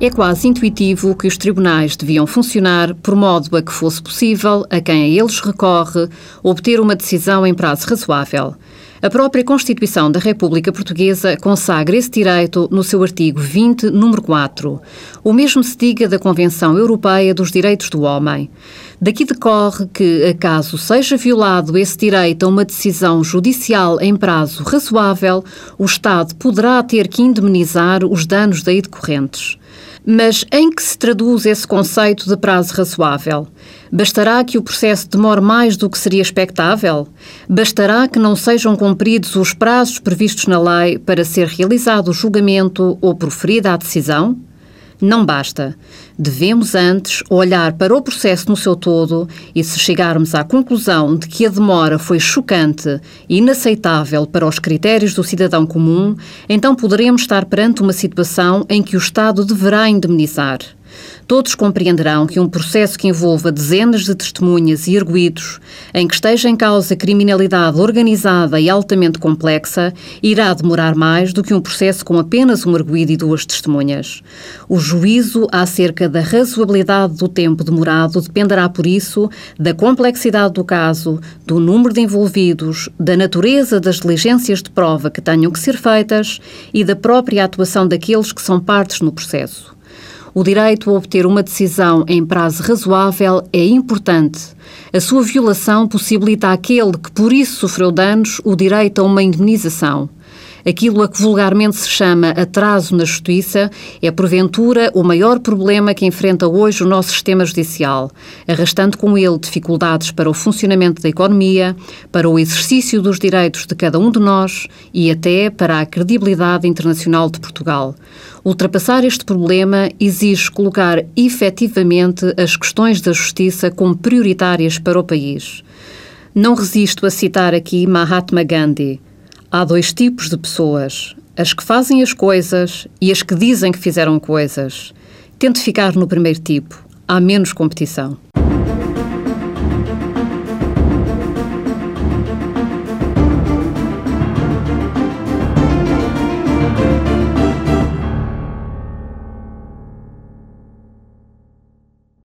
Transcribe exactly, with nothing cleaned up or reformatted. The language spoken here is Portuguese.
É quase intuitivo que os tribunais deviam funcionar por modo a que fosse possível, a quem a eles recorre, obter uma decisão em prazo razoável. A própria Constituição da República Portuguesa consagra esse direito no seu artigo vinte, número quatro. O mesmo se diga da Convenção Europeia dos Direitos do Homem. Daqui decorre que, acaso seja violado esse direito a uma decisão judicial em prazo razoável, o Estado poderá ter que indemnizar os danos daí decorrentes. Mas em que se traduz esse conceito de prazo razoável? Bastará que o processo demore mais do que seria expectável? Bastará que não sejam cumpridos os prazos previstos na lei para ser realizado o julgamento ou proferida a decisão? Não basta. Devemos antes olhar para o processo no seu todo e, se chegarmos à conclusão de que a demora foi chocante e inaceitável para os critérios do cidadão comum, então poderemos estar perante uma situação em que o Estado deverá indemnizar. Todos compreenderão que um processo que envolva dezenas de testemunhas e arguidos, em que esteja em causa criminalidade organizada e altamente complexa, irá demorar mais do que um processo com apenas um arguido e duas testemunhas. O juízo acerca da razoabilidade do tempo demorado dependerá, por isso, da complexidade do caso, do número de envolvidos, da natureza das diligências de prova que tenham que ser feitas e da própria atuação daqueles que são partes no processo. O direito a obter uma decisão em prazo razoável é importante. A sua violação possibilita àquele que por isso sofreu danos o direito a uma indemnização. Aquilo a que vulgarmente se chama atraso na justiça é, porventura, o maior problema que enfrenta hoje o nosso sistema judicial, arrastando com ele dificuldades para o funcionamento da economia, para o exercício dos direitos de cada um de nós e até para a credibilidade internacional de Portugal. Ultrapassar este problema exige colocar efetivamente as questões da justiça como prioritárias para o país. Não resisto a citar aqui Mahatma Gandhi. Há dois tipos de pessoas, as que fazem as coisas e as que dizem que fizeram coisas. Tente ficar no primeiro tipo, há menos competição.